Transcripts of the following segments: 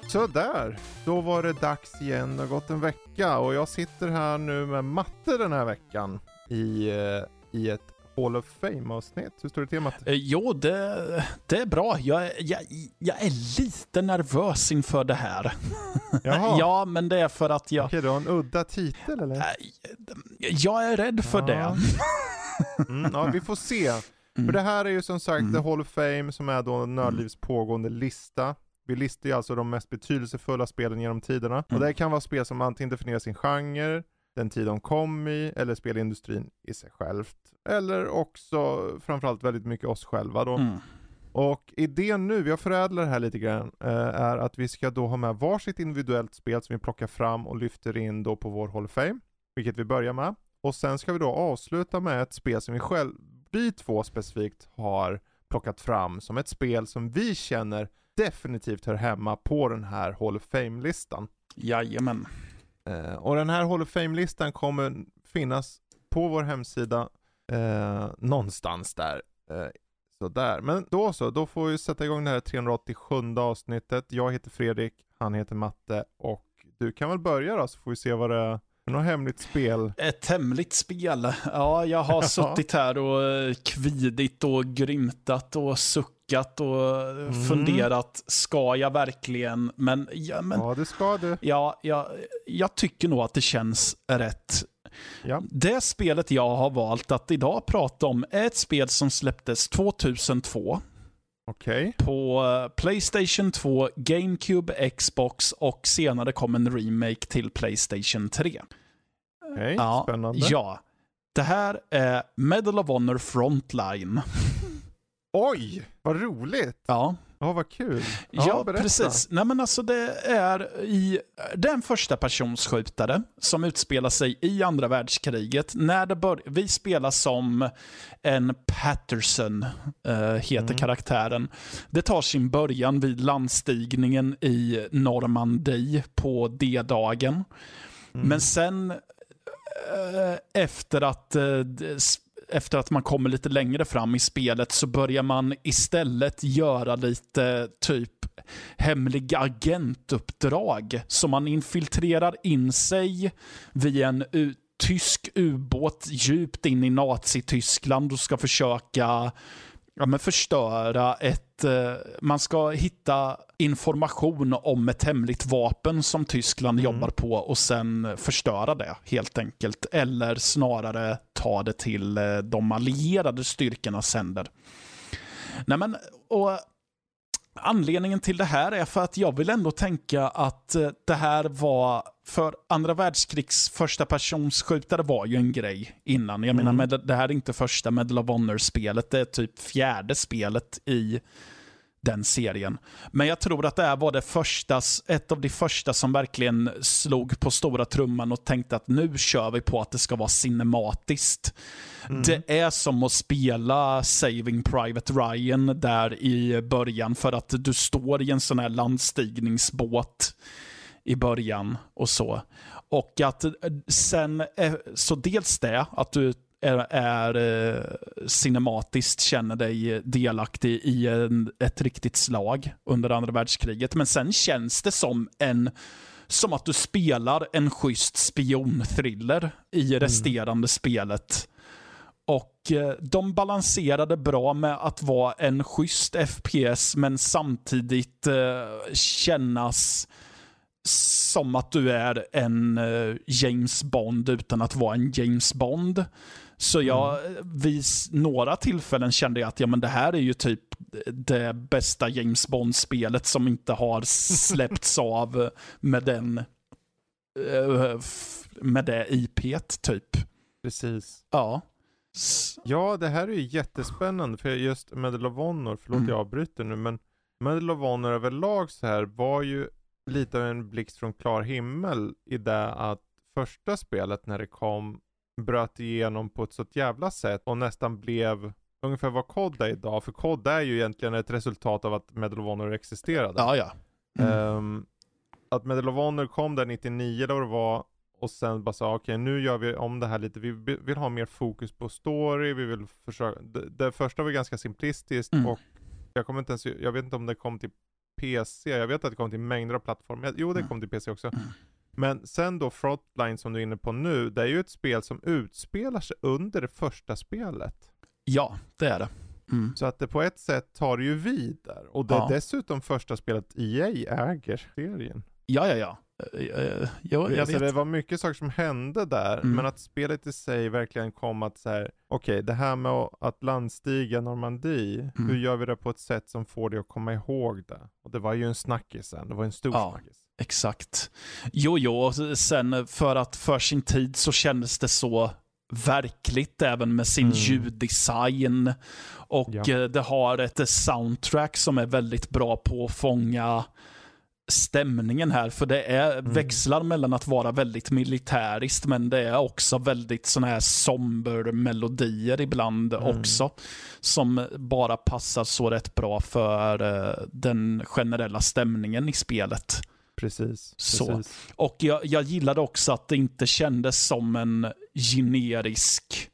Så där, då var det dags igen. Det har gått en vecka och jag sitter här nu med Matte den här veckan i ett Hall of Fame-avsnitt. Hur står det till, Matte? Jo, det är bra. Jag är lite nervös inför det här. Jaha. Ja, men det är för att jag... Okej, du har en udda titel, eller? Jag är rädd för det. Ja, vi får se. För det här är ju som sagt The Hall of Fame, som är då Nördlivs pågående lista. Vi listar ju alltså de mest betydelsefulla spelen genom tiderna. Och det kan vara spel som antingen definierar sin genre, den tid de kom i, eller spelindustrin i sig självt. Eller också framförallt väldigt mycket oss själva då. Och idén nu, vi har förädlat det här lite grann, är att vi ska då ha med varsitt individuellt spel som vi plockar fram och lyfter in då på vår Hall of Fame. Vilket vi börjar med. Och sen ska vi då avsluta med ett spel som vi två specifikt har plockat fram som ett spel som vi känner definitivt hör hemma på den här Hall of Fame-listan. Jajamän. Och den här Hall of Fame-listan kommer finnas på vår hemsida någonstans där. Sådär. Men då får vi sätta igång det här 387 avsnittet. Jag heter Fredrik, han heter Matte och du kan väl börja då, så får vi se vad det är. Något hemligt spel. Ett hemligt spel. Ja, jag har suttit här och kvidit och grymtat och suckat och funderat. Ska jag verkligen? Men ja, det ska du. Ja, jag tycker nog att det känns rätt. Ja. Det spelet jag har valt att idag prata om är ett spel som släpptes 2002. Okej. På PlayStation 2, GameCube, Xbox och senare kom en remake till PlayStation 3. Okej, spännande. Ja, det här är Medal of Honor Frontline. Oj, vad roligt. Ja. Ja, vad kul. Ja, berätta. precis. Nej, men alltså det är en första personsskjutare som utspelar sig i andra världskriget. När vi spelar som en Patterson, heter karaktären. Det tar sin början vid landstigningen i Normandie på D-dagen. Men sen efter att man kommer lite längre fram i spelet så börjar man istället göra lite typ hemlig agentuppdrag. Så man infiltrerar in sig via en tysk ubåt djupt in i Nazityskland och ska försöka förstöra man ska hitta information om ett hemligt vapen som Tyskland jobbar på och sen förstöra det helt enkelt. Eller snarare ta det till de allierade styrkornas händer. Nej, men, och anledningen till det här är för att jag vill ändå tänka att det här var, för andra världskrigs första personsskjutare var ju en grej innan. Jag menar, det här är inte första Medal of Honor-spelet, det är typ fjärde spelet i den serien. Men jag tror att det här var ett av de första som verkligen slog på stora trumman och tänkte att nu kör vi på att det ska vara cinematiskt. Det är som att spela Saving Private Ryan där i början, för att du står i en sån här landstigningsbåt i början och så. Och att sen, så dels det, att du är cinematiskt känner dig delaktig i ett riktigt slag under andra världskriget. Men sen känns det som att du spelar en schysst spionthriller i resterande spelet. Och de balanserade bra med att vara en schysst FPS men samtidigt kännas som att du är en James Bond utan att vara en James Bond. Så vid några tillfällen kände jag att men det här är ju typ det bästa James Bond-spelet som inte har släppts av med det IP:t typ. Precis. Ja. Ja, det här är ju jättespännande, för just Medal of Honor, förlåt jag avbryter nu, men Medal of Honor överlag så här var ju lite av en blixt från klar himmel i det att första spelet när det kom bröt igenom på ett så jävla sätt och nästan blev ungefär vad COD är idag, för COD är ju egentligen ett resultat av att Medal of Honor existerade. Ja. Att Medal of Honor kom där 99 då det var, och sen bara sa okej, nu gör vi om det här lite, vi vill ha mer fokus på story, vi vill försöka, det första var ganska simplistiskt och jag vet inte om det kom till PC. Jag vet att det kom till mängder av plattformar. Jo, det kom till PC också. Men sen då Frontline som du är inne på nu, det är ju ett spel som utspelar sig under det första spelet. Ja, det är det. Så att det på ett sätt tar det ju vid där. Och det är dessutom första spelet EA äger serien. Ja. Jag vet. Så det var mycket saker som hände där. Men att spelet i sig verkligen kom att säga, okej, det här med att landstiga Normandie, hur gör vi det på ett sätt som får dig att komma ihåg det? Och det var ju en snackis sen. Det var en stor snackis. Exakt. Jo, sen för sin tid så kändes det så verkligt även med sin ljuddesign. Och det har ett soundtrack som är väldigt bra på att fånga stämningen här, för det är växlar mellan att vara väldigt militäriskt, men det är också väldigt såna här somber melodier ibland också, som bara passar så rätt bra för den generella stämningen i spelet. Precis. Så. Och jag gillade också att det inte kändes som en generisk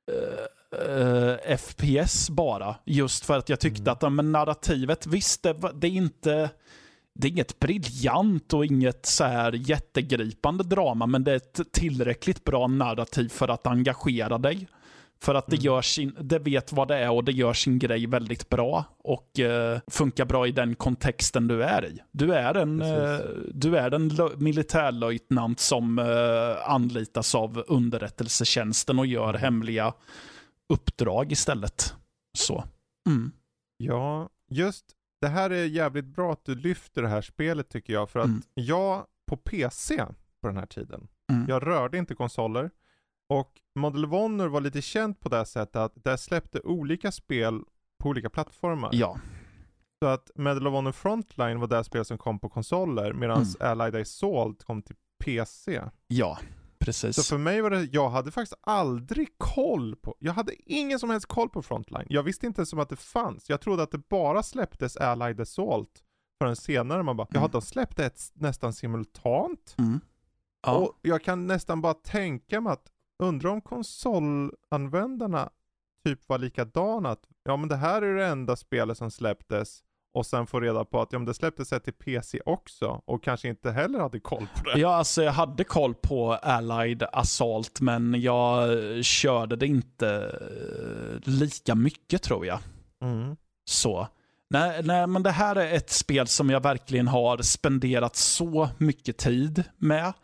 FPS bara, just för att jag tyckte att narrativet, visst det är inget briljant och inget så här jättegripande drama, men det är ett tillräckligt bra narrativ för att engagera dig. För att det vet vad det är och det gör sin grej väldigt bra och funkar bra i den kontexten du är i. Du är en militärlöjtnant som anlitas av underrättelsetjänsten och gör hemliga uppdrag istället. Så. Ja, just det här är jävligt bra att du lyfter det här spelet tycker jag. För att jag på PC på den här tiden, jag rörde inte konsoler. Och Medal of Honor var lite känt på det sättet att det släppte olika spel på olika plattformar. Ja. Så att Medal of Honor Frontline var det spel som kom på konsoler, medan Allied Assault kom till PC. Ja, precis. Så för mig var det, jag hade faktiskt aldrig jag hade ingen som helst koll på Frontline. Jag visste inte ens om att det fanns. Jag trodde att det bara släpptes Allied Assault förrän senare man bara, de släppte ett nästan simultant. Ja. Och jag kan nästan bara tänka mig att undrar om konsolanvändarna typ var likadana, att men det här är det enda spelet som släpptes, och sen får reda på att det släpptes till PC också och kanske inte heller hade koll på det. Ja, alltså jag hade koll på Allied Assault, men jag körde det inte lika mycket tror jag. Så. Nej, men det här är ett spel som jag verkligen har spenderat så mycket tid med.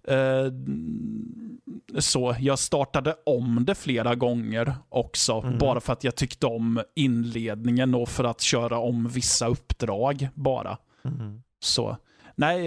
Så jag startade om det flera gånger också, bara för att jag tyckte om inledningen och för att köra om vissa uppdrag bara. Så. Nej,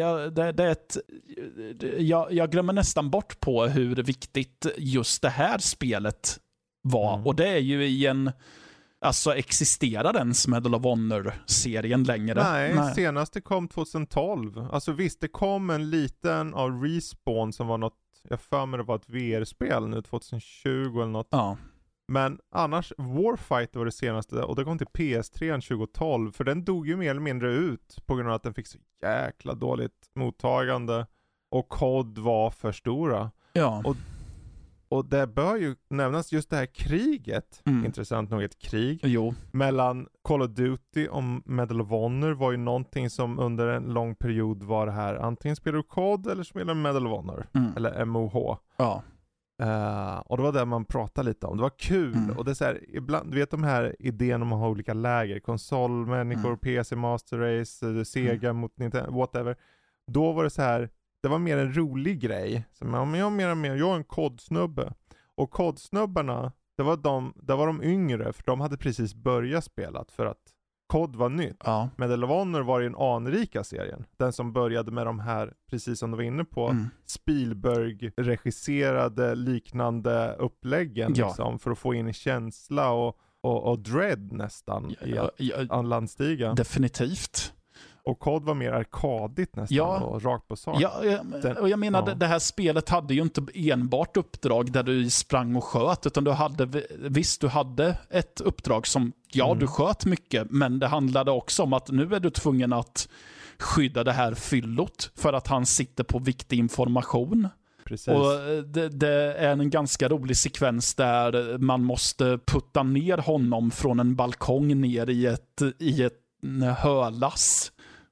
jag glömmer nästan bort på hur viktigt just det här spelet var. Och det är ju i en... Alltså existerar ens Medal of Honor-serien längre? Nej, senaste kom 2012. Alltså visst, det kom en liten av Respawn som var något, jag för mig det var ett VR-spel nu 2020 eller något. Ja. Men annars, Warfighter var det senaste och det kom till PS3 2012, för den dog ju mer eller mindre ut på grund av att den fick så jäkla dåligt mottagande och COD var för stora. Ja. Och det bör ju nämnas just det här kriget, intressant nog ett krig, mellan Call of Duty och Medal of Honor var ju någonting som under en lång period var det här, antingen spelar du COD eller spelar du Medal of Honor, eller MOH. Ja. Och det var det man pratade lite om. Det var kul, och det är så här, ibland, du vet de här idén om att ha olika läger, konsolmänniskor, PC Master Race, Sega mot Nintendo, whatever. Då var det så här, det var mer en rolig grej. Som jag är en COD-snubbe. Och COD-snubbarna, det var de yngre, för de hade precis börjat spela för att COD var nytt. Ja. Medal of Honor var ju en anrika serien. Den som började med de här, precis som du var inne på, Spielberg-regisserade liknande uppläggen liksom, för att få in känsla och dread nästan i landstiga. Definitivt. Och COD var mer arkadigt nästan och rakt på sak. Och jag menar, det här spelet hade ju inte enbart uppdrag där du sprang och sköt, utan du hade ett uppdrag som, du sköt mycket, men det handlade också om att nu är du tvungen att skydda det här fyllot för att han sitter på viktig information. Precis. Och det är en ganska rolig sekvens där man måste putta ner honom från en balkong ner i ett hölass.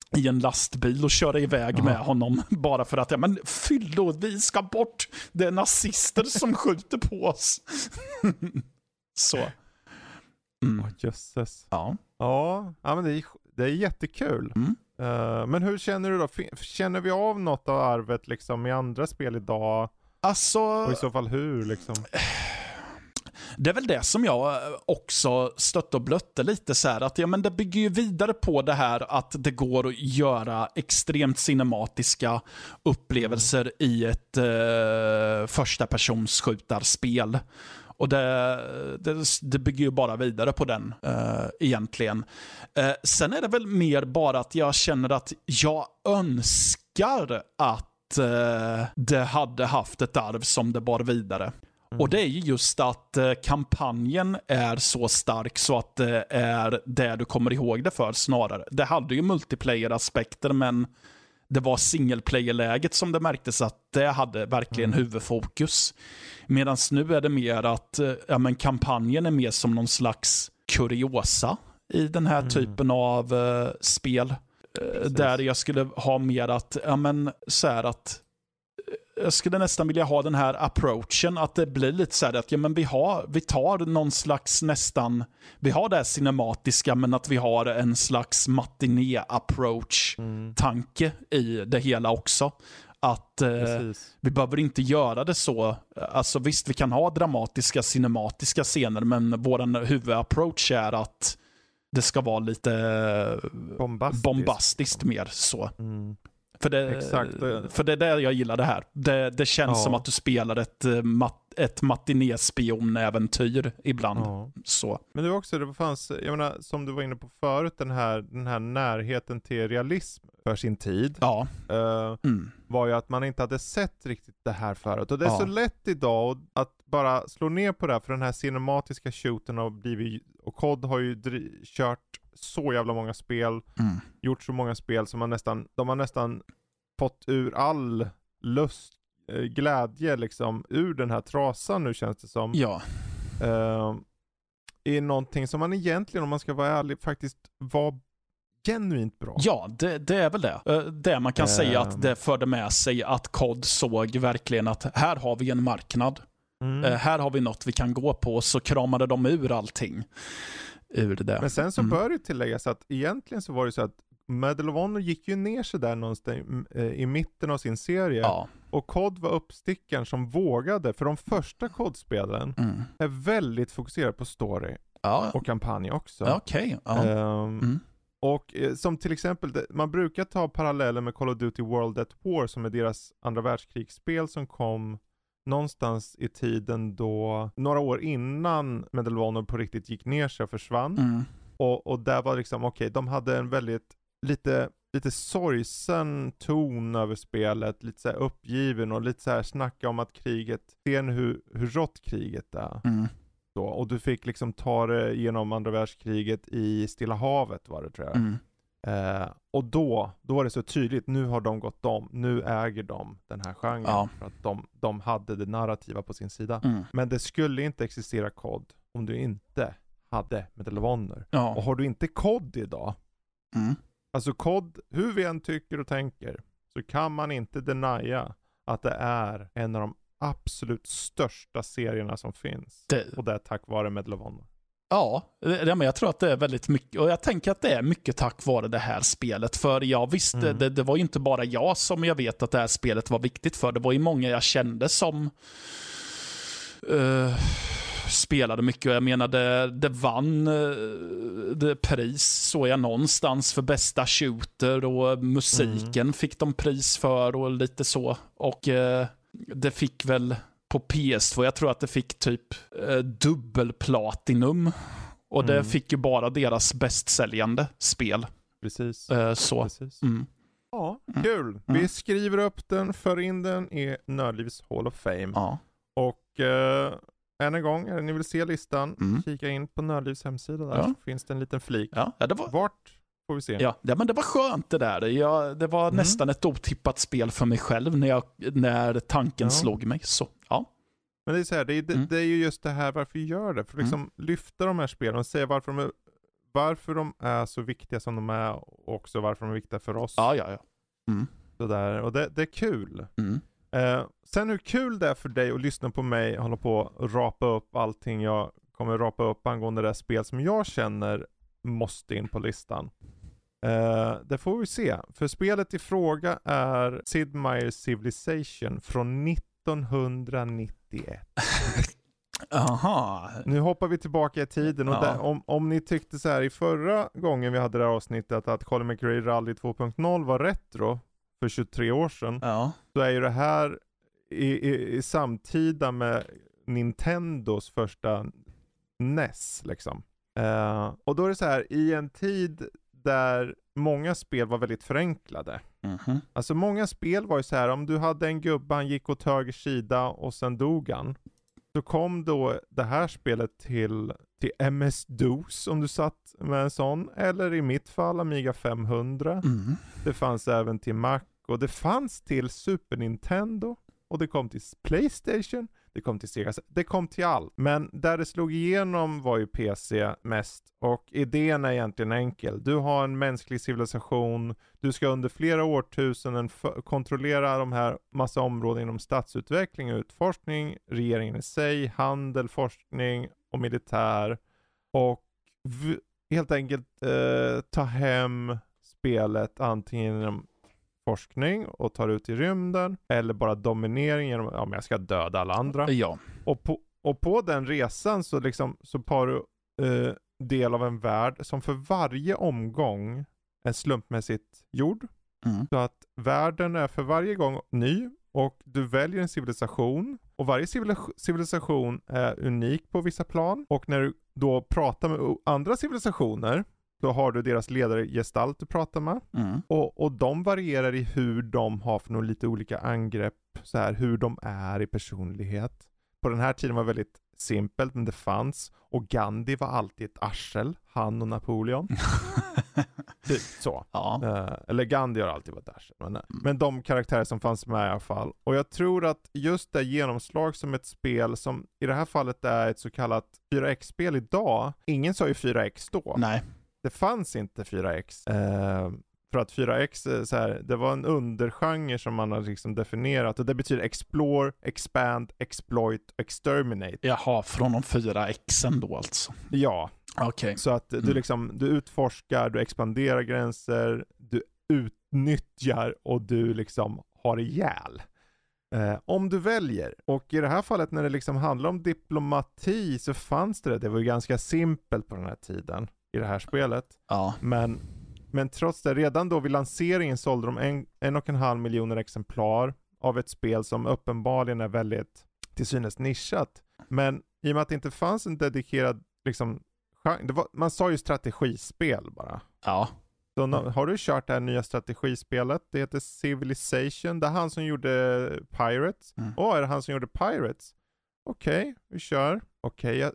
i en lastbil och köra iväg med honom bara för att men fyllo, vi ska bort, det är nazister som skjuter på oss. Så. Jösses. Ja. Ja, men det är jättekul. Men hur känner du då? Känner vi av något av arvet liksom i andra spel idag? Alltså, och i så fall hur liksom? Det är väl det som jag också stött och blötte lite så här, att men det bygger ju vidare på det här att det går att göra extremt cinematiska upplevelser i ett första persons skjutarspel. Och det bygger ju bara vidare på den egentligen. Sen är det väl mer bara att jag känner att jag önskar att det hade haft ett arv som det bar vidare. Och det är ju just att kampanjen är så stark så att det är det du kommer ihåg det för snarare. Det hade ju multiplayer-aspekter, men det var single-player-läget som det märktes att det hade verkligen huvudfokus. Medan nu är det mer att kampanjen är mer som någon slags kuriosa i den här typen av spel. Där jag skulle ha mer att, så här att jag skulle nästan vilja ha den här approachen, att det blir lite så här att vi tar någon slags nästan, vi har det här cinematiska, men att vi har en slags matiné-approach-tanke i det hela också. Att vi behöver inte göra det så. Alltså visst, vi kan ha dramatiska, cinematiska scener, men våran huvudapproach är att det ska vara lite bombastiskt mer så. För det är där jag gillar det här. Det känns som att du spelar ett matinéspion-äventyr ibland. Så. Men det var också, det fanns, jag menar, som du var inne på förut, den här närheten till realism för sin tid. Var ju att man inte hade sett riktigt det här förut. Och det är så lätt idag att bara slå ner på det här, för den här cinematiska shooten och COD har ju kört så jävla många spel, gjort så många spel som de har nästan fått ur all lust, glädje liksom ur den här trasan nu, känns det som. I någonting som man egentligen, om man ska vara ärlig, faktiskt var genuint bra. Ja, det är väl det. Det man kan säga att det förde med sig att COD såg verkligen att här har vi en marknad. Här har vi något vi kan gå på, så kramade de ur allting. Ur det där. Men sen så bör det tilläggas att egentligen så var det så att Medal of Honor gick ju ner sig där någonstans i mitten av sin serie. Och COD var uppstickaren som vågade, för de första COD-spelen är väldigt fokuserade på story och kampanj också. Och som till exempel, man brukar ta paralleller med Call of Duty World at War, som är deras andra världskrigsspel som kom någonstans i tiden då, några år innan Medal of Honor på riktigt gick ner sig och försvann. Och där var liksom, de hade en väldigt lite sorgsen ton över spelet, lite så här uppgiven och lite så här snacka om att kriget, ser ni hur rått kriget är. Så, och du fick liksom ta det genom andra världskriget i Stilla havet, var det, tror jag. Och då var det så tydligt, nu har de gått nu äger de den här genren, för att de hade det narrativa på sin sida. Men det skulle inte existera COD om du inte hade Medal of Honor. Och har du inte COD idag, alltså COD, hur vi än tycker och tänker, så kan man inte denia att det är en av de absolut största serierna som finns. Och det är tack vare Medal of Honor. Ja, men jag tror att det är väldigt mycket, och jag tänker att det är mycket tack vare det här spelet. För jag visste, det var ju inte bara jag som jag vet att det här spelet var viktigt för. Det var ju många jag kände som spelade mycket. Och jag menar, det vann det pris, såg jag någonstans, för bästa shooter, och musiken fick de pris för och lite så. Och det fick väl på PS2, jag tror att det fick typ dubbelplatinum. Och det fick ju bara deras bästsäljande spel. Precis. Så. Precis. Ja, kul. Vi skriver upp den, för in den i Nördlivs Hall of Fame. Och än en gång, ni vill se listan, kika in på Nördlivs hemsida där, så finns det en liten flik. Vart får vi se. Ja, men det var skönt det där. Det var nästan ett otippat spel för mig själv när tanken slog mig. Så, Men det är så här, det är ju just det här varför vi gör det. För liksom lyfta de här spelen och säga varför de är varför de är så viktiga som de är och också varför de är viktiga för oss. Ja. Sådär. Och det är kul. Sen hur kul det är för dig att lyssna på mig hålla på att rapa upp allting jag kommer rapa upp angående det spel som jag känner måste in på listan. Det får vi se. För spelet i fråga är Sid Meier's Civilization från 1991. Aha. Nu hoppar vi tillbaka i tiden och om ni tyckte så här i förra gången vi hade det här avsnittet att Colin McRae Rally 2.0 var retro för 23 år sedan, så är ju det här i samtida med Nintendos första NES liksom. Och då är det så här, i en tid där många spel var väldigt förenklade. Alltså många spel var ju så här, om du hade en gubbe, han gick åt höger sida och sen dog han. Så kom då det här spelet till MS-DOS om du satt med en sån. Eller i mitt fall Amiga 500. Det fanns även till Mac och det fanns till Super Nintendo. Och det kom till PlayStation. Det kom till Sega. Det kom till allt. Men där det slog igenom var ju PC mest. Och idén är egentligen enkel. Du har en mänsklig civilisation. Du ska under flera årtusenden kontrollera de här massa områden inom stadsutveckling och utforskning. Regeringen i sig, handel, forskning och militär. Och helt enkelt ta hem spelet antingen genom forskning och tar ut i rymden eller bara dominering genom om jag ska döda alla andra. Ja. Och på den resan så liksom så par du del av en värld som för varje omgång är slumpmässigt gjord. Så att världen är för varje gång ny och du väljer en civilisation och varje civilisation är unik på vissa plan och när du då pratar med andra civilisationer då har du deras ledargestalt du pratar med. Och de varierar i hur de har för några lite olika angrepp. Så här, hur de är i personlighet. På den här tiden var det väldigt simpelt, men det fanns. Och Gandhi var alltid ett arsel. Han och Napoleon. Typ så. Ja. Eller Gandhi har alltid varit arsel. Men de karaktärer som fanns med i alla fall. Och jag tror att just det genomslag som ett spel som i det här fallet är ett så kallat 4X-spel idag. Ingen sa ju 4X då. Nej. Det fanns inte 4X. För att 4X så här, det var en undergenre som man har liksom definierat. Och det betyder explore, expand, exploit, exterminate. Jaha, från de 4Xen då alltså. Ja. Okej. Så att du liksom, du utforskar, du expanderar gränser, du utnyttjar och du liksom har ihjäl. Om du väljer. Och i det här fallet när det liksom handlar om diplomati så fanns det var ju ganska simpelt på den här tiden i det här spelet. Ja. Men trots det, redan då vid lanseringen sålde de 1,5 miljoner exemplar av ett spel som uppenbarligen är väldigt till synes nischat. Men i och med att det inte fanns en dedikerad liksom, man sa ju strategispel bara. Ja. Så har du kört det här nya strategispelet? Det heter Civilization. Det är han som gjorde Pirates. Är det han som gjorde Pirates? Okej, vi kör. Okej,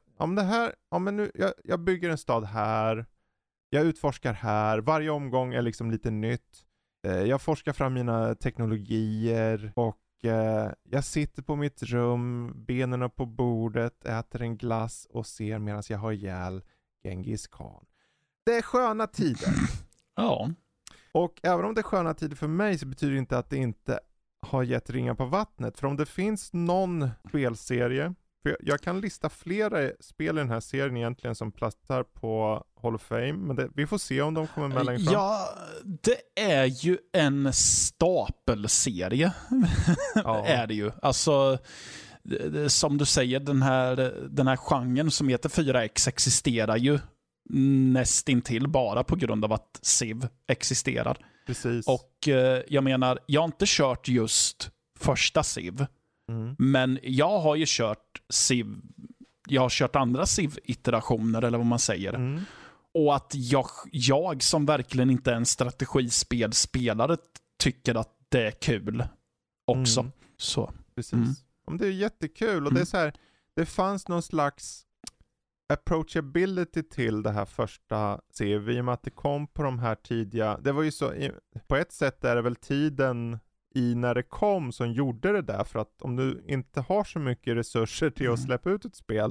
jag bygger en stad här. Jag utforskar här. Varje omgång är liksom lite nytt. Jag forskar fram mina teknologier. Och jag sitter på mitt rum. Benen på bordet. Äter en glass. Och ser medan jag har ihjäl Genghis Khan. Det är sköna tider. Ja. Och även om det är sköna tider för mig så betyder det inte att det inte har gett ringar på vattnet. För om det finns någon spelserie. För jag kan lista flera spel i den här serien egentligen som plattar på Hall of Fame. Men vi får se om de kommer med längre fram. Ja, det är ju en stapelserie. Ja. Är det ju. Alltså, som du säger, den här genren som heter 4X existerar ju nästintill bara på grund av att Civ existerar. Precis. Och jag menar, jag har inte kört just första Civ. Men jag har ju kört Civ. Jag har kört andra Civ-iterationer eller vad man säger. Och att jag som verkligen inte är en strategispelspelare tycker att det är kul också. Så. Precis. Det är jättekul och det är så här, det fanns någon slags approachability till det här första Civ i och med att det kom på de här tidiga. Det var ju så, på ett sätt är det väl tiden i när det kom som gjorde det där, för att om du inte har så mycket resurser till att släppa ut ett spel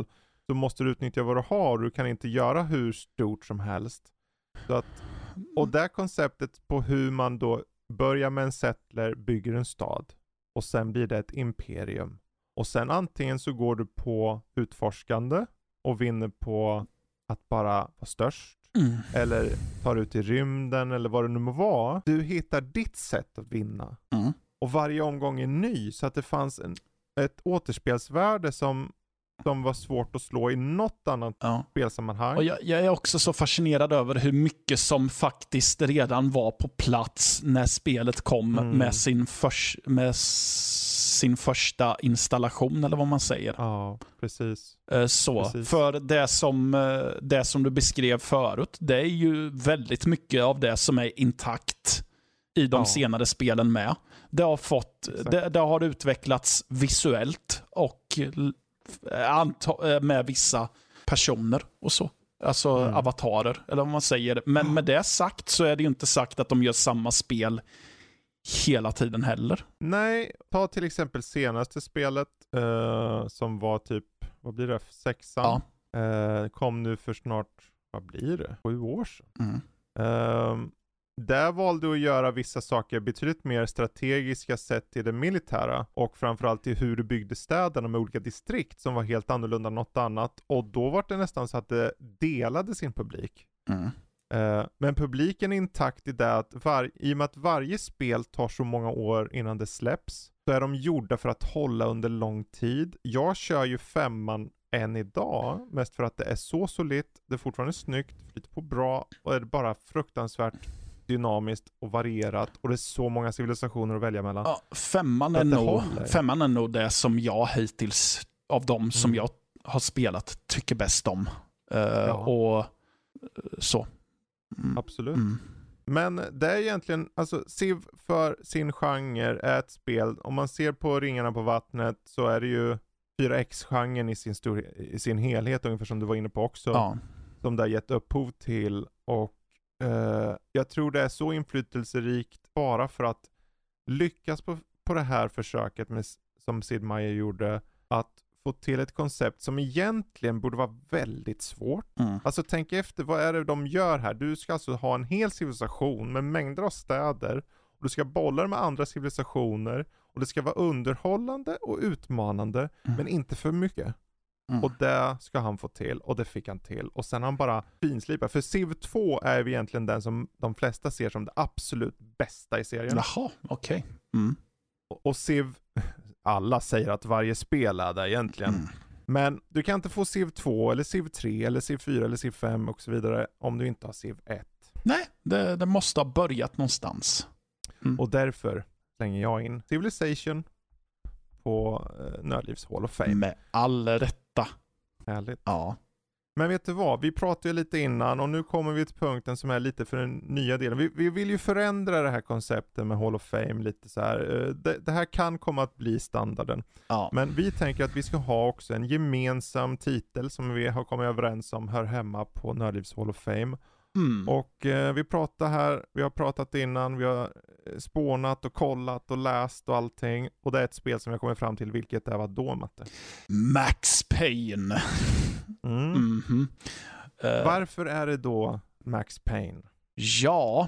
så måste du utnyttja vad du har. Du kan inte göra hur stort som helst. Så att, och det konceptet på hur man då börjar med en settler, bygger en stad. Och sen blir det ett imperium. Och sen antingen så går du på utforskande och vinner på att bara vara störst. Eller tar ut i rymden eller vad det nu må vara. Du hittar ditt sätt att vinna. Och varje omgång är ny, så att det fanns ett återspelsvärde som var svårt att slå i något annat spelsammanhang. Och jag är också så fascinerad över hur mycket som faktiskt redan var på plats när spelet kom med sin första installation, eller vad man säger. Ja, precis. Precis. För det som du beskrev förut, det är ju väldigt mycket av det som är intakt i de senare spelen med. Det har utvecklats visuellt och med vissa personer och så. Alltså avatarer, eller vad man säger. Men med det sagt så är det ju inte sagt att de gör samma spel hela tiden heller. Nej, ta till exempel senaste spelet som var typ, vad blir det? 6an. Kom nu för snart, vad blir det? 7 år sedan. Där valde du att göra vissa saker betydligt mer strategiska sett till det militära och framförallt till hur du byggde städerna med olika distrikt som var helt annorlunda än något annat, och då var det nästan så att det delade sin publik. Men publiken är intakt i det att i och med att varje spel tar så många år innan det släpps, så är de gjorda för att hålla under lång tid. Jag kör ju 5an än idag, mest för att det är så solitt, det är fortfarande snyggt, flyter på bra och är bara fruktansvärt dynamiskt och varierat, och det är så många civilisationer att välja mellan. Ja, 5an är nog det som jag hittills av dem som jag har spelat tycker bäst om. Och så. Absolut. Men det är egentligen, alltså Civ för sin genre är ett spel, om man ser på Ringarna på vattnet så är det ju 4X-genren i sin helhet, ungefär som du var inne på också, som det har gett upphov till, och jag tror det är så inflytelserikt bara för att lyckas på det här försöket som Sid Meier gjorde, att få till ett koncept som egentligen borde vara väldigt svårt. Alltså tänk efter, vad är det de gör här? Du ska alltså ha en hel civilisation med mängder av städer, och du ska bolla med andra civilisationer, och det ska vara underhållande och utmanande, men inte för mycket. Och det ska han få till, och det fick han till. Och sen han bara finslipa. För Civ 2 är egentligen den som de flesta ser som det absolut bästa i serien. Jaha, okej. Och Civ, alla säger att varje spel är det egentligen. Men du kan inte få Civ 2 eller Civ 3 eller Civ 4 eller Civ 5 och så vidare om du inte har Civ 1. Nej, det måste ha börjat någonstans. Och därför slänger jag in Civilization på Nördlivs Hall of Fame. Med all rätta. Härligt. Ja. Men vet du vad? Vi pratade ju lite innan, och nu kommer vi till punkten som är lite för den nya delen. Vi vill ju förändra det här konceptet med Hall of Fame lite så här. Det här kan komma att bli standarden. Ja. Men vi tänker att vi ska ha också en gemensam titel som vi har kommit överens om hör hemma på Nördlivs Hall of Fame. Och vi har pratat innan, vi har spånat och kollat och läst och allting, och det är ett spel som jag kommer fram till, vilket är vad då, Matte? Max Payne. Varför är det då Max Payne? Ja,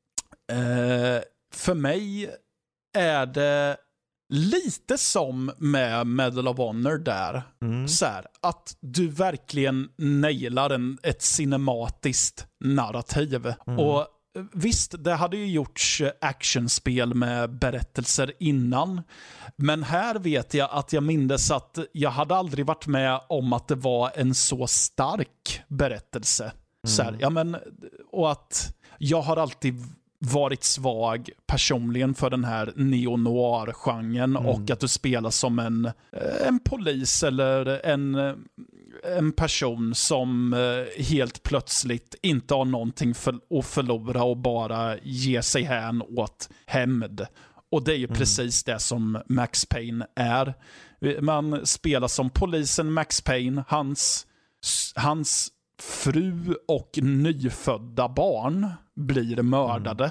för mig är det lite som med Medal of Honor där. Så här, att du verkligen nailar ett cinematiskt narrativ. Och visst, det hade ju gjorts actionspel med berättelser innan. Men här vet jag att jag minns att jag hade aldrig varit med om att det var en så stark berättelse. Så här, ja, men, och att jag har alltid varit svag personligen för den här neo-noir-genren, och att du spelar som en polis eller en person som helt plötsligt inte har någonting att förlora och bara ger sig hän åt hämnd. Och det är ju precis det som Max Payne är. Man spelar som polisen Max Payne, hans fru och nyfödda barn blir mördade.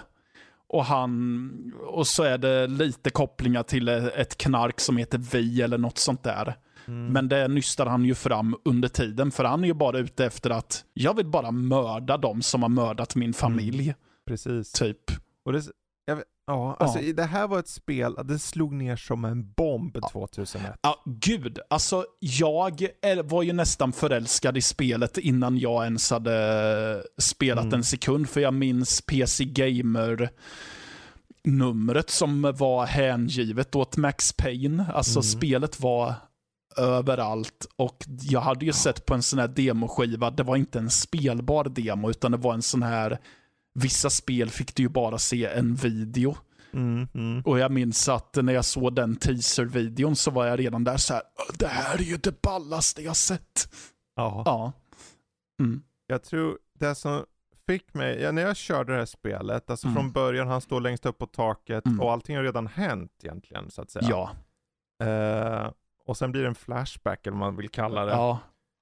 Och så är det lite kopplingar till ett knark som heter Vi eller något sånt där. Men det nystar han ju fram under tiden, för han är ju bara ute efter att jag vill bara mörda dem som har mördat min familj. Precis. Typ. Och det här var ett spel, det slog ner som en bomb 2001. Ja, gud. Alltså, jag var ju nästan förälskad i spelet innan jag ens hade spelat en sekund, för jag minns PC Gamer-numret som var hängivet åt Max Payne. Alltså, spelet var överallt, och jag hade ju sett på en sån här demoskiva, det var inte en spelbar demo, utan det var en sån här, vissa spel fick du ju bara se en video. Och jag minns att när jag såg den teaser-videon så var jag redan där så här: det här är ju det ballaste jag sett. Ja. Jag tror det som fick mig, när jag körde det här spelet, alltså från början, han står längst upp på taket och allting har redan hänt egentligen, så att säga. Ja. Och sen blir det en flashback, eller vad man vill kalla det. Ja.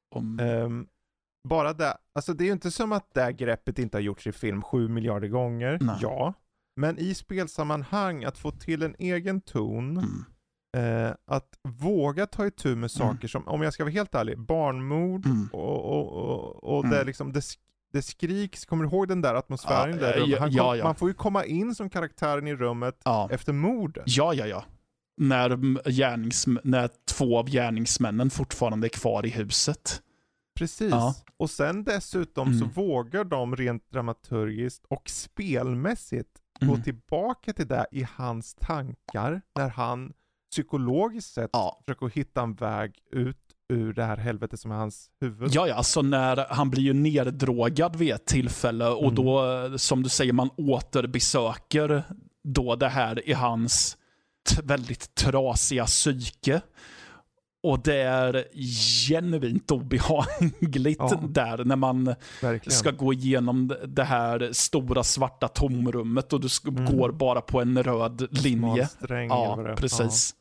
Bara det, alltså det är ju inte som att det här greppet inte har gjorts i film 7 miljarder gånger. Nej. Ja. Men i spelsammanhang, att få till en egen ton, att våga ta itu med saker som, om jag ska vara helt ärlig, barnmord och det liksom, det skriks, kommer du ihåg den där atmosfären där rummet? Man får ju komma in som karaktären i rummet efter mordet. Ja. När 2 av gärningsmännen fortfarande är kvar i huset. Precis. Ja. Och sen dessutom så vågar de rent dramaturgiskt och spelmässigt gå tillbaka till det i hans tankar, när han psykologiskt sett försöker hitta en väg ut ur det här helvetet som är hans huvud. Ja, alltså när han blir ju neddrogad vid ett tillfälle, och då, som du säger, man återbesöker då det här i hans väldigt trasiga psyke. Och det är genuint obehagligt där när man ska gå igenom det här stora svarta tomrummet och du går bara på en röd linje. Sträng, precis.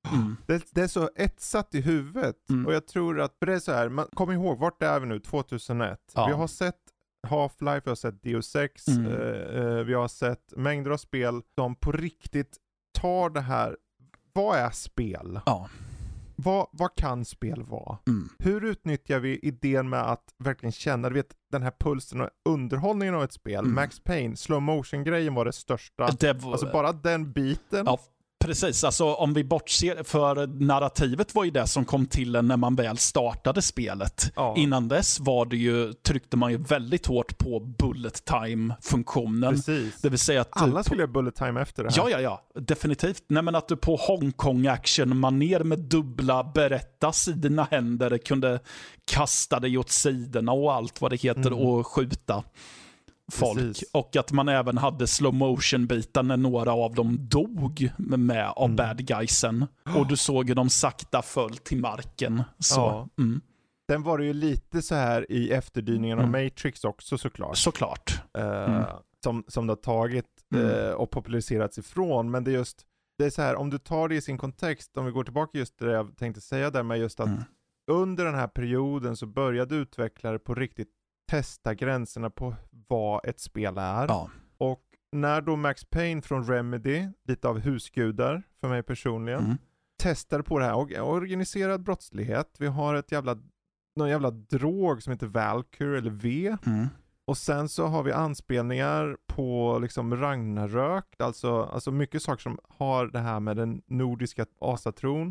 Det är så etsat i huvudet. Och jag tror att, för det är så här, kom ihåg, vart är vi nu? 2001. Vi har sett Half-Life, vi har sett Deus Ex, vi har sett mängder av spel som på riktigt tar det här. Vad är spel? Vad kan spel vara? Hur utnyttjar vi idén med att verkligen känna, du vet, den här pulsen och underhållningen av ett spel? Max Payne, slow motion-grejen var det största. Alltså bara den biten. Ja, precis. Alltså om vi bortser, för narrativet var ju det som kom till när man väl startade spelet. Innan dess tryckte man ju väldigt hårt på bullet time-funktionen. Precis. Det vill säga att alla skulle ha bullet time efter det här. Ja, definitivt. Nej, men att du på Hongkong-action-manér med dubbla berättas i dina händer kunde kasta dig åt sidorna och allt vad det heter och skjuta folk. Precis. Och att man även hade slow motion-bitar när några av dem dog med av bad guysen. Och du såg hur de sakta föll till marken. Så. Den var det ju lite så här i efterdyningen av Matrix också, såklart. Som det har tagit och populariserats ifrån. Men det är så här, om du tar det i sin kontext, om vi går tillbaka just till det jag tänkte säga där med just att under den här perioden så började utvecklare på riktigt testa gränserna på vad ett spel är. Och när då Max Payne från Remedy, lite av husgudar för mig personligen, testade på det här och organiserad brottslighet. Vi har någon jävla drog som heter Valkyrie eller V. Och sen så har vi anspelningar på liksom Ragnarök, alltså mycket saker som har det här med den nordiska asatron.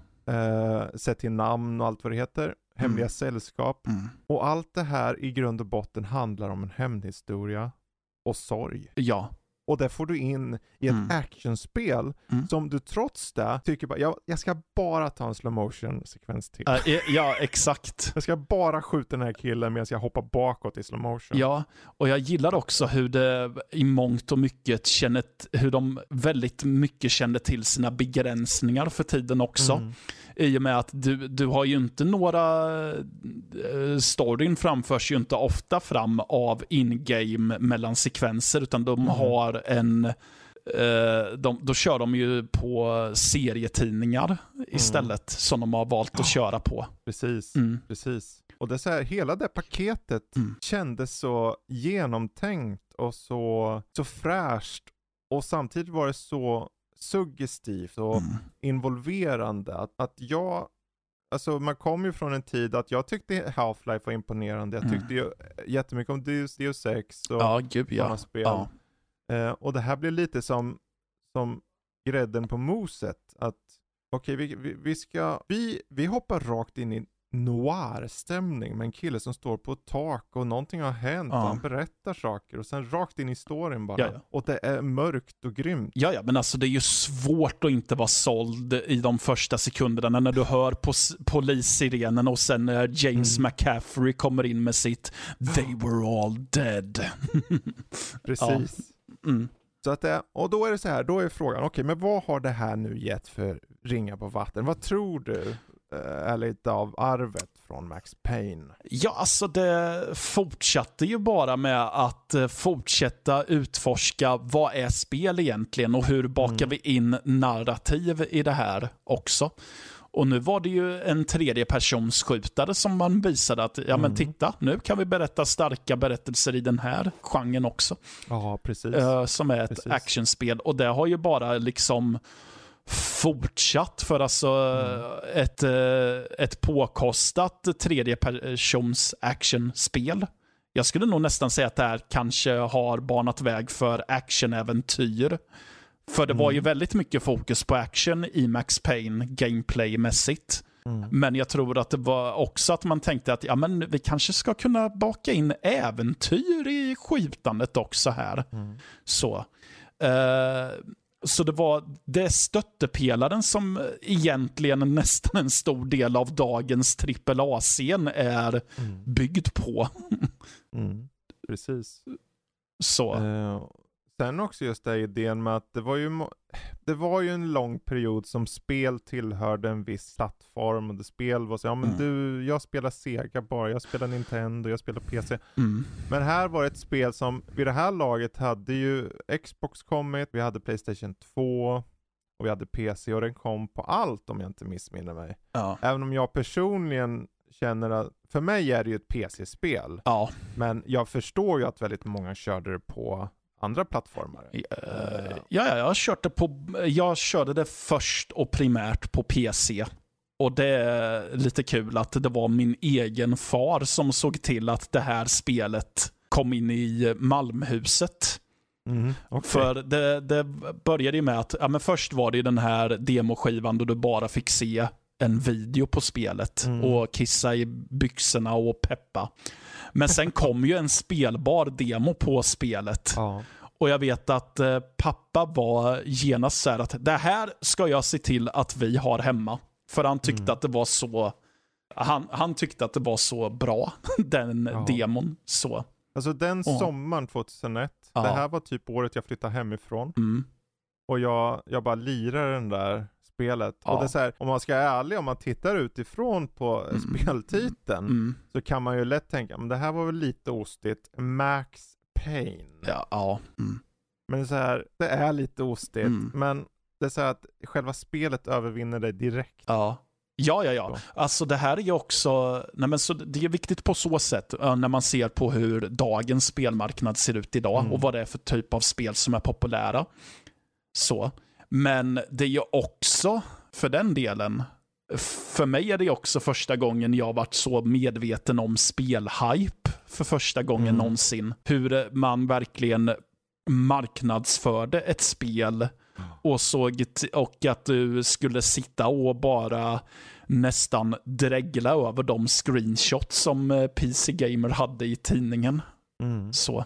Sett till namn och allt vad det heter. Hemliga sällskap. Och allt det här i grund och botten handlar om en hämndhistoria och sorg. Ja. Och det får du in i ett actionspel som du trots det tycker bara, jag ska bara ta en slow motion sekvens till. Ja, exakt. Jag ska bara skjuta den här killen medan jag hoppar bakåt i slow motion. Ja, och jag gillar också hur det i mångt och mycket hur de väldigt mycket kände till sina begränsningar för tiden också. I och med att du har ju inte några storyn framförs ju inte ofta fram av in-game mellan sekvenser, utan de har då kör de ju på serietidningar istället som de har valt att köra på. Precis. Och det är så här, hela det paketet kändes så genomtänkt och så fräscht, och samtidigt var det så suggestivt och involverande att jag alltså man kom ju från en tid att jag tyckte Half-Life var imponerande. Jag tyckte ju jättemycket om Deus Ex och sådana spel. Ja. Och det här blir lite som grädden på moset. Att okej, vi hoppar rakt in i noir-stämning med en kille som står på ett tak och någonting har hänt och han berättar saker och sen rakt in i storyn bara. Ja. Och det är mörkt och grymt. Ja, men alltså det är ju svårt att inte vara såld i de första sekunderna när du hör polissirenen och sen när James McCaffrey kommer in med sitt "They were all dead". Precis. Så att och då är det så här, då är frågan, okej, men vad har det här nu gett för ringar på vatten? Vad tror du är lite av arvet från Max Payne? Ja, alltså det fortsatte ju bara med att fortsätta utforska vad är spel egentligen och hur bakar vi in narrativ i det här också. Och nu var det ju en tredjepersonsskjutare som man visade att, ja men titta, nu kan vi berätta starka berättelser i den här genren också. Ja, precis. Som är ett actionspel. Och det har ju bara liksom fortsatt för alltså ett påkostat tredjepersons actionspel. Jag skulle nog nästan säga att det här kanske har banat väg för actionäventyr. För det var ju väldigt mycket fokus på action i Max Payne gameplaymässigt. Men jag tror att det var också att man tänkte att ja, men vi kanske ska kunna baka in äventyr i skjutandet också här. Så det är stöttepelaren som egentligen nästan en stor del av dagens AAA-scen är byggd på. Precis. Så. Sen också just det idén med att det var ju en lång period som spel tillhörde en viss plattform och det spel var så, ja men jag spelar Sega bara, jag spelar Nintendo, jag spelar PC. Men här var det ett spel som vid det här laget hade ju Xbox kommit, vi hade PlayStation 2 och vi hade PC och den kom på allt om jag inte missminner mig. Ja. Även om jag personligen känner att för mig är det ju ett PC-spel. Ja. Men jag förstår ju att väldigt många körde det på andra plattformar. Jag körde det först och primärt på PC. Och det är lite kul att det var min egen far som såg till att det här spelet kom in i Malmhuset. Okay. För det började ju med att men först var det den här demoskivan då du bara fick se en video på spelet och kissa i byxorna och peppa. Men sen kom ju en spelbar demo på spelet. Ja. Och jag vet att pappa var genast så här att det här ska jag se till att vi har hemma. För han tyckte att det var så han tyckte att det var så bra den demon så. Alltså den sommaren 2001, det här var typ året jag flyttade hemifrån. Och jag bara lirar den där spelet. Och det är så här, om man ska vara ärlig, om man tittar utifrån på speltiteln så kan man ju lätt tänka, men det här var väl lite ostigt. Max Payne. Men det är så här, det är lite ostigt. Men det är så här att själva spelet övervinner det direkt. Ja. Alltså det här är ju också så det är viktigt på så sätt när man ser på hur dagens spelmarknad ser ut idag och vad det är för typ av spel som är populära. Så. Men det är ju också, för den delen, för mig är det också första gången jag varit så medveten om spelhype för första gången någonsin. Hur man verkligen marknadsförde ett spel och att du skulle sitta och bara nästan dregla över de screenshots som PC Gamer hade i tidningen. Så.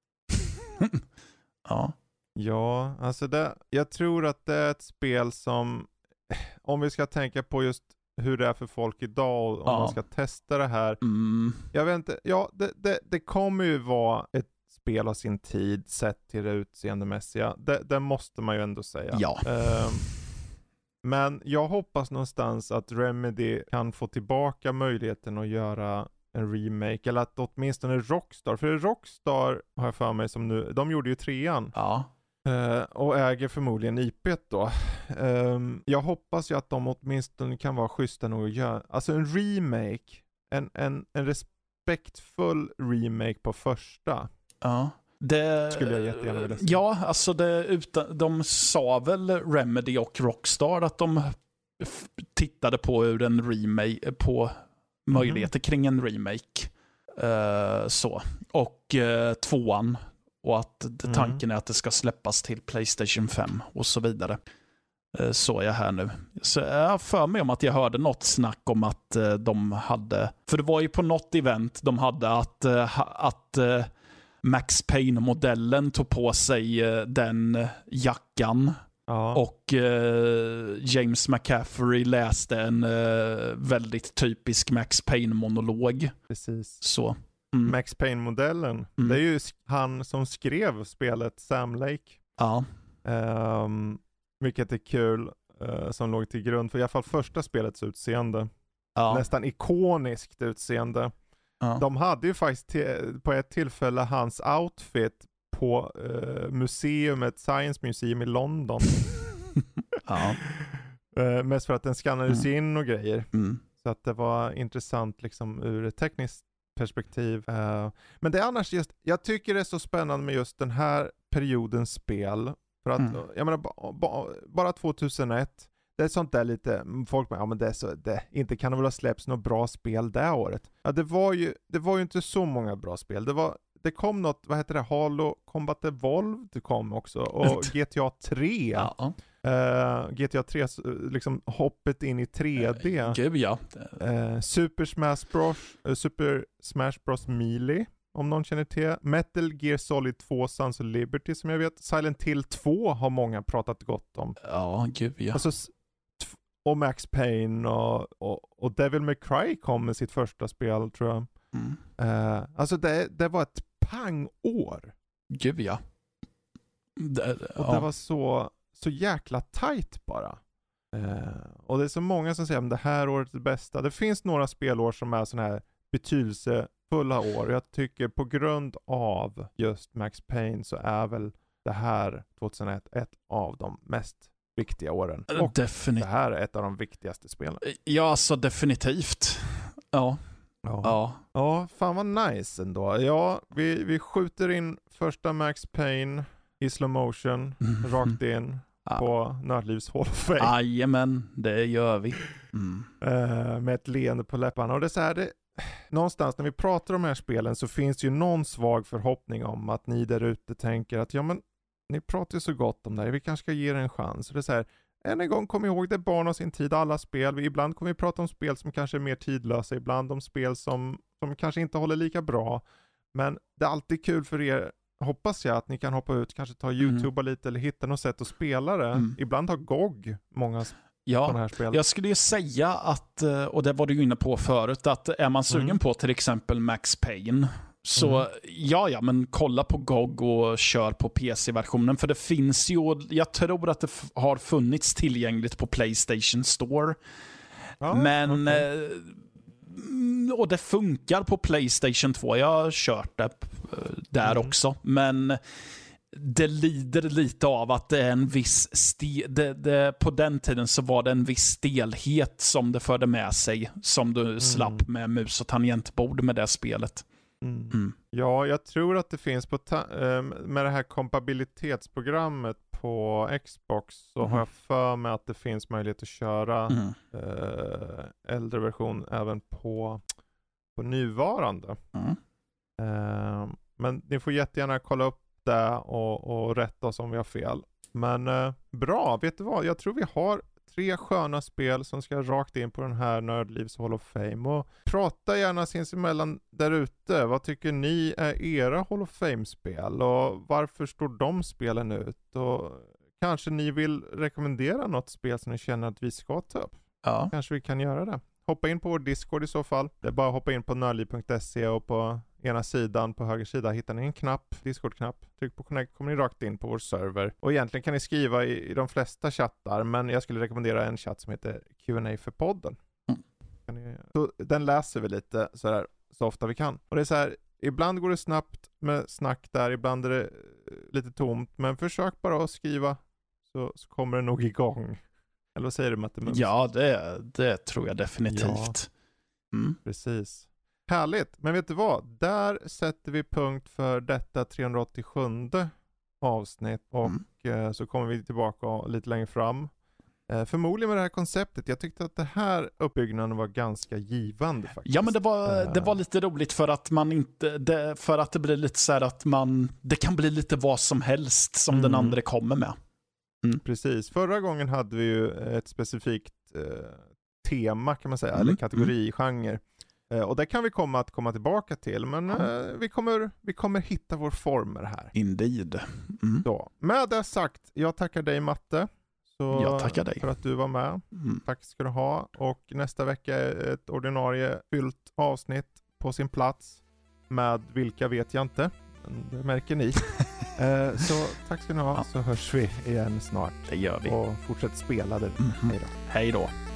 Ja, alltså jag tror att det är ett spel som, om vi ska tänka på just hur det är för folk idag och om man ska testa det här. Jag vet inte, det kommer ju vara ett spel av sin tid sett till det utseendemässiga. Det måste man ju ändå säga. Ja. Men jag hoppas någonstans att Remedy kan få tillbaka möjligheten att göra en remake, eller att åtminstone Rockstar, för Rockstar har jag för mig som nu, de gjorde ju 3:an. Ja. Och äger förmodligen IP:t då. Jag hoppas ju att de åtminstone kan vara schyssta nog att göra, alltså en remake, en respektfull remake på första. Ja. Det skulle jag jättegärna vilja se. Ja, alltså de sa väl Remedy och Rockstar att de tittade på ur en remake, på möjligheter kring en remake. Så. Och 2:an. Och att tanken är att det ska släppas till PlayStation 5 och så vidare. Så jag här nu. Så jag har för mig om att jag hörde något snack om att de hade, för det var ju på något event de hade att Max Payne-modellen tog på sig den jackan. Ja. Och James McCaffrey läste en väldigt typisk Max Payne-monolog. Precis. Så. Max Payne-modellen. Det är ju han som skrev spelet, Sam Lake. Ja. Vilket är kul. Som låg till grund för i alla fall första spelets utseende. Ja. Nästan ikoniskt utseende. Ja. De hade ju faktiskt på ett tillfälle hans outfit på museet, Science Museum i London. Ja. Mest för att den skannades in och grejer. Mm. Så att det var intressant liksom ur ett tekniskt perspektiv. Men det är annars just, jag tycker det är så spännande med just den här periodens spel. För att, jag menar, bara 2001, det är sånt där lite, folk menar, ja men det är så, inte kan det väl ha släppts något bra spel det året. Ja, det var ju inte så många bra spel. Det kom något, vad heter det, Halo Combat Evolved, det kom också, och GTA 3. Ja. GTA 3, liksom hoppet in i 3D. Gud, ja. Super Smash Bros Melee, om någon känner till. Metal Gear Solid 2 Sons of Liberty, som jag vet. Silent Hill 2 har många pratat gott om. Ja, gud, ja. Alltså, och Max Payne och Devil May Cry kom med sitt första spel, tror jag. Alltså det var ett pangår. Gud, ja. Och det var så jäkla tight bara. Och det är så många som säger att det här året är det bästa. Det finns några spelår som är sådana här betydelsefulla år. Jag tycker på grund av just Max Payne så är väl det här 2001 ett av de mest viktiga åren. Och det här är ett av de viktigaste spelen. Ja, alltså definitivt. Ja. Ja, fan vad nice ändå. Ja, vi skjuter in första Max Payne i slow motion rakt in på Nördlivs Hall of Fame. Jajamän, det gör vi. Med ett leende på läpparna. Och det är så här, någonstans när vi pratar om de här spelen så finns det ju någon svag förhoppning om att ni där ute tänker att ja men ni pratar ju så gott om det här, vi kanske ska ge er en chans. Och det är så här, än en gång kom ihåg, det är barn av sin tid, alla spel. Ibland kommer vi prata om spel som kanske är mer tidlösa, ibland om spel som kanske inte håller lika bra. Men det är alltid kul för er, hoppas jag, att ni kan hoppa ut, kanske ta YouTube lite eller hitta något sätt att spela det. Ibland har GOG många sådana här spel. Jag skulle ju säga att, och det var du inne på förut, att är man sugen på till exempel Max Payne, så men kolla på GOG och kör på PC-versionen. För det finns ju, jag tror att det har funnits tillgängligt på PlayStation Store. Men och det funkar på PlayStation 2. Jag har kört det där också. Men det lider lite av att det är en viss på den tiden så var det en viss stelhet som det förde med sig, som du slapp med mus och tangentbord med det spelet. Ja, jag tror att det finns med det här kompatibilitetsprogrammet på Xbox så har jag för mig att det finns möjlighet att köra äldre version även på nuvarande. Men ni får jättegärna kolla upp det och rätta oss om vi har fel. Men bra, vet du vad? Jag tror vi har 3 sköna spel som ska rakt in på den här Nördlivs Hall of Fame. Och prata gärna sinsemellan där ute. Vad tycker ni är era Hall of Fame-spel? Och varför står de spelen ut? Och kanske ni vill rekommendera något spel som ni känner att vi ska ta upp? Ja. Kanske vi kan göra det. Hoppa in på vår Discord i så fall. Det är bara att hoppa in på nördliv.se och på ena sidan, på höger sida, hittar ni en knapp, Discord-knapp. Tryck på Connect, kommer ni rakt in på vår server. Och egentligen kan ni skriva i de flesta chattar, men jag skulle rekommendera en chatt som heter Q&A för podden. Så den läser vi lite så ofta vi kan. Och det är så här, ibland går det snabbt med snack där, ibland är det lite tomt, men försök bara att skriva så kommer det nog igång. Eller vad säger du, Matte Mums? Ja, det tror jag definitivt. Ja, precis. Härligt, men vet du vad? Där sätter vi punkt för detta 387 avsnitt och så kommer vi tillbaka lite längre fram Förmodligen med det här konceptet. Jag tyckte att det här uppbyggnaden var ganska givande faktiskt. Ja, men det var lite roligt för att man inte, för att det blir lite så här att det kan bli lite vad som helst som den andra kommer med. Precis. Förra gången hade vi ju ett specifikt tema kan man säga, eller kategorigenre. Och det kan vi komma tillbaka till, men vi kommer hitta vår former här. Indeed. Så, med det sagt, jag tackar dig Matte. Jag tackar dig för att du var med. Tack ska du ha. Och nästa vecka är ett ordinarie fyllt avsnitt på sin plats. Med vilka vet jag inte. Det märker ni. Så tack ska ni ha, så hörs vi igen snart. Det gör vi. Och fortsätt spela det. Hej då. Hej då.